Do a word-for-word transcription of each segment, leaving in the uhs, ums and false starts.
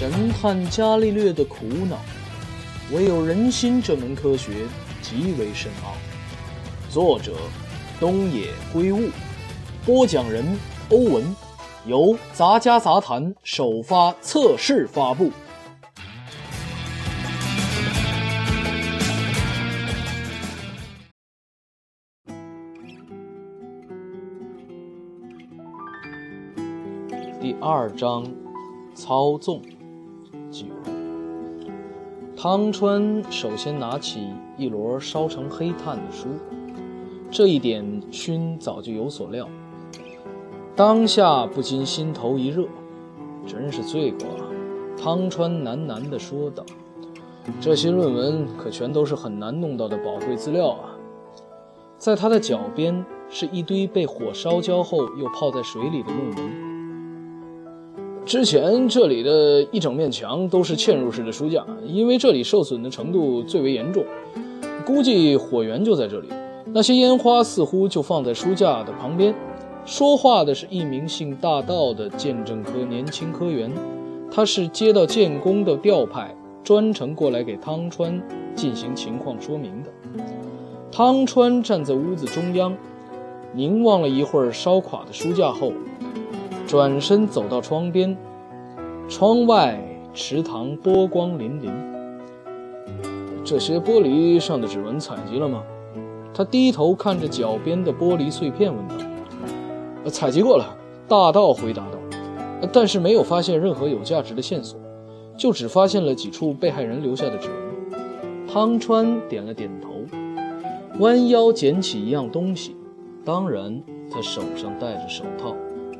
神探伽利略的苦恼，唯有人心这门科学极为深奥。作者东野圭吾，播讲人欧文，由杂家杂谈首发测试发布。第二章，操纵。九，汤川首先拿起一摞烧成黑炭的书，这一点勋早就有所料，当下不禁心头一热，真是罪过啊！汤川喃喃地说道：“这些论文可全都是很难弄到的宝贵资料啊！”在他的脚边是一堆被火烧焦后又泡在水里的论文。之前这里的一整面墙都是嵌入式的书架，因为这里受损的程度最为严重，估计火源就在这里。那些烟花似乎就放在书架的旁边。说话的是一名姓大道的鉴证科年轻科员，他是接到建工的调派，专程过来给汤川进行情况说明的。汤川站在屋子中央，凝望了一会儿烧垮的书架后，转身走到窗边，窗外池塘波光粼粼。这些玻璃上的指纹采集了吗？他低头看着脚边的玻璃碎片问道。采集过了，大道回答道，但是没有发现任何有价值的线索，就只发现了几处被害人留下的指纹。汤川点了点头，弯腰捡起一样东西，当然他手上戴着手套。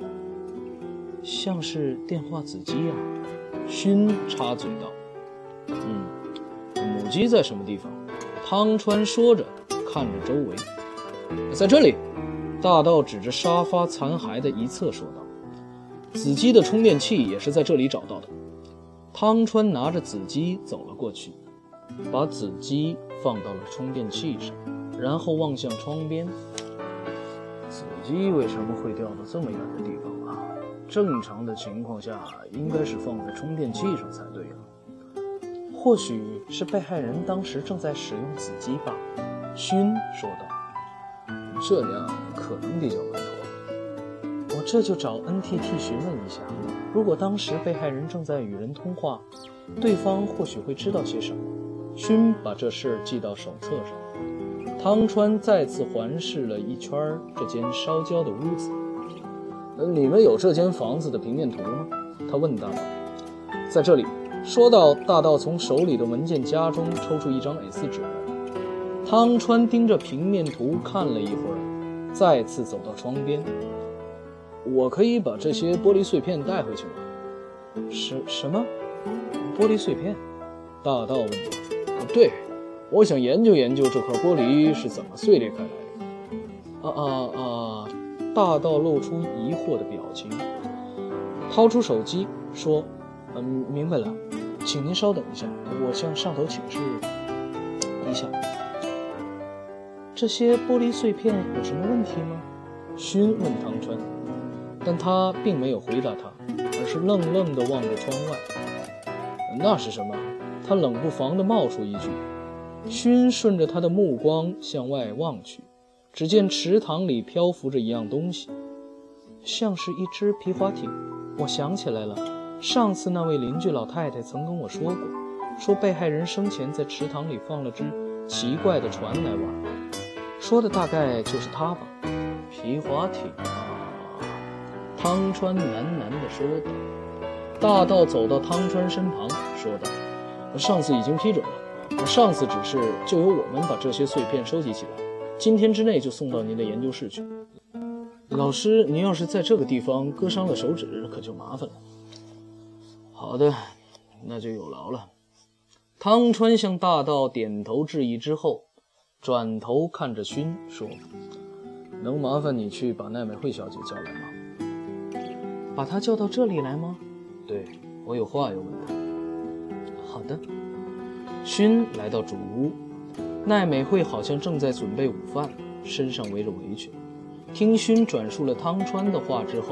像是电话子机啊，勋插嘴道。嗯，母鸡在什么地方？汤川说着，看着周围。在这里，大道指着沙发残骸的一侧说道。子机的充电器也是在这里找到的。汤川拿着子机走了过去，把子机放到了充电器上，然后望向窗边。子机为什么会掉到这么远的地方？正常的情况下应该是放在充电器上才对了。或许是被害人当时正在使用子机吧，勋说道。这样可能比较稳妥。我这就找 N T T 询问一下，如果当时被害人正在与人通话，对方或许会知道些什么。勋把这事记到手册上。汤川再次环视了一圈这间烧焦的屋子。你们有这间房子的平面图吗？他问大道。在这里。说到大道从手里的文件夹中抽出一张 A 四 纸来。汤川盯着平面图看了一会儿，再次走到窗边。我可以把这些玻璃碎片带回去吗？什什么？玻璃碎片？大道问道。对，我想研究研究这块玻璃是怎么碎裂开来的。啊啊啊！大道露出疑惑的表情，掏出手机说：“嗯，明白了，请您稍等一下，我向上头请示一下。这些玻璃碎片有什么问题吗？”勋问汤川，但他并没有回答他，而是愣愣地望着窗外。那是什么？他冷不防地冒出一句。勋顺着他的目光向外望去。只见池塘里漂浮着一样东西，像是一只皮划艇。我想起来了，上次那位邻居老太太曾跟我说过，说被害人生前在池塘里放了只奇怪的船来玩，说的大概就是它吧。皮划艇啊，汤川喃喃地说道。大道走到汤川身旁说道，上次已经批准了，上次指示就由我们把这些碎片收集起来，今天之内就送到您的研究室去。老师，您要是在这个地方割伤了手指，可就麻烦了。好的，那就有劳了。汤川向大道点头致意之后，转头看着勋说：“能麻烦你去把奈美惠小姐叫来吗？”把她叫到这里来吗？对，我有话要问她。好的。勋来到主屋，奈美惠好像正在准备午饭，身上围着围裙。听勋转述了汤川的话之后，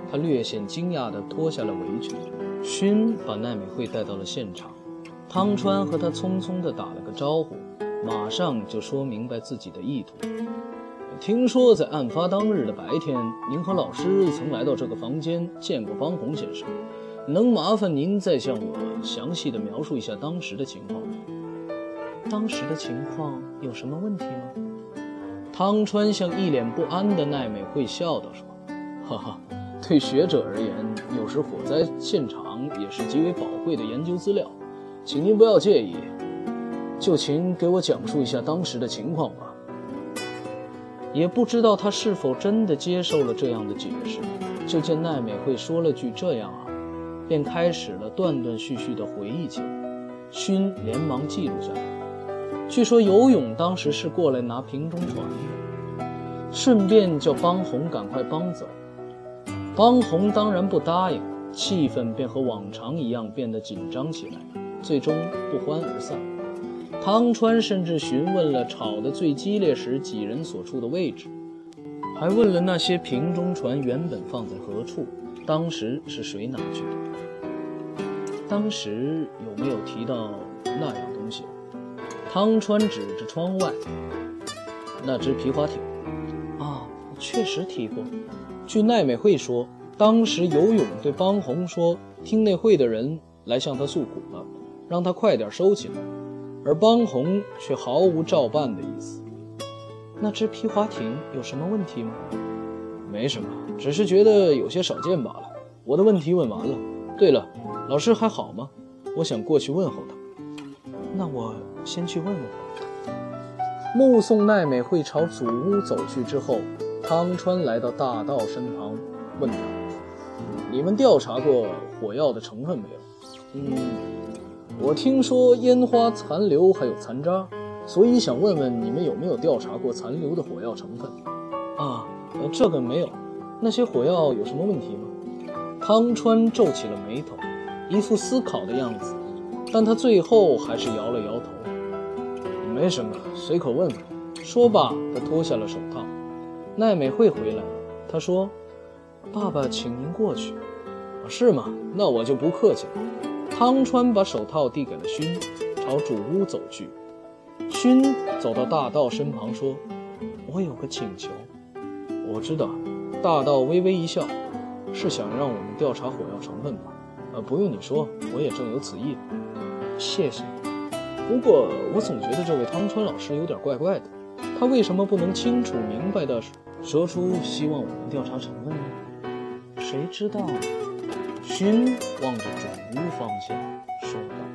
他略显惊讶地脱下了围裙。勋把奈美惠带到了现场，汤川和他匆匆地打了个招呼，马上就说明白自己的意图。听说在案发当日的白天，您和老师曾来到这个房间见过邦弘先生，能麻烦您再向我详细地描述一下当时的情况吗？当时的情况有什么问题吗？汤川向一脸不安的奈美惠笑道说：哈哈，对学者而言，有时火灾现场也是极为宝贵的研究资料，请您不要介意，就请给我讲述一下当时的情况吧。也不知道他是否真的接受了这样的解释，就见奈美惠说了句这样啊，便开始了断断续续的回忆起来。勋连忙记录下来，据说游泳当时是过来拿瓶中船的，顺便叫邦弘赶快帮走。邦弘当然不答应，气氛便和往常一样变得紧张起来，最终不欢而散。汤川甚至询问了吵得最激烈时几人所处的位置，还问了那些瓶中船原本放在何处，当时是谁拿去的。当时有没有提到那样东西？汤川指着窗外，那只皮划艇。啊，确实提过。据奈美惠说，当时游泳对邦弘说，厅内会的人来向他诉苦了，让他快点收起来。而邦弘却毫无照办的意思。那只皮划艇有什么问题吗？没什么，只是觉得有些少见罢了。我的问题问完了。对了，老师还好吗？我想过去问候他。那我先去问问。目送奈美惠朝主屋走去之后，汤川来到大道身旁，问他：你们调查过火药的成分没有？嗯。我听说烟花残留还有残渣，所以想问问你们有没有调查过残留的火药成分？啊，呃，这个没有。那些火药有什么问题吗？汤川皱起了眉头，一副思考的样子，但他最后还是摇了摇头。没什么，随口问问。说罢，他脱下了手套。奈美惠回来了，他说：爸爸请您过去。是吗？那我就不客气了。汤川把手套递给了勋，朝主屋走去。勋走到大道身旁说：我有个请求。我知道。大道微微一笑，是想让我们调查火药成分吧？呃，不用你说，我也正有此意。谢谢。不过我总觉得这位汤川老师有点怪怪的，他为什么不能清楚明白地说出希望我们调查成分呢？谁知道呢？勋望着主屋方向说道。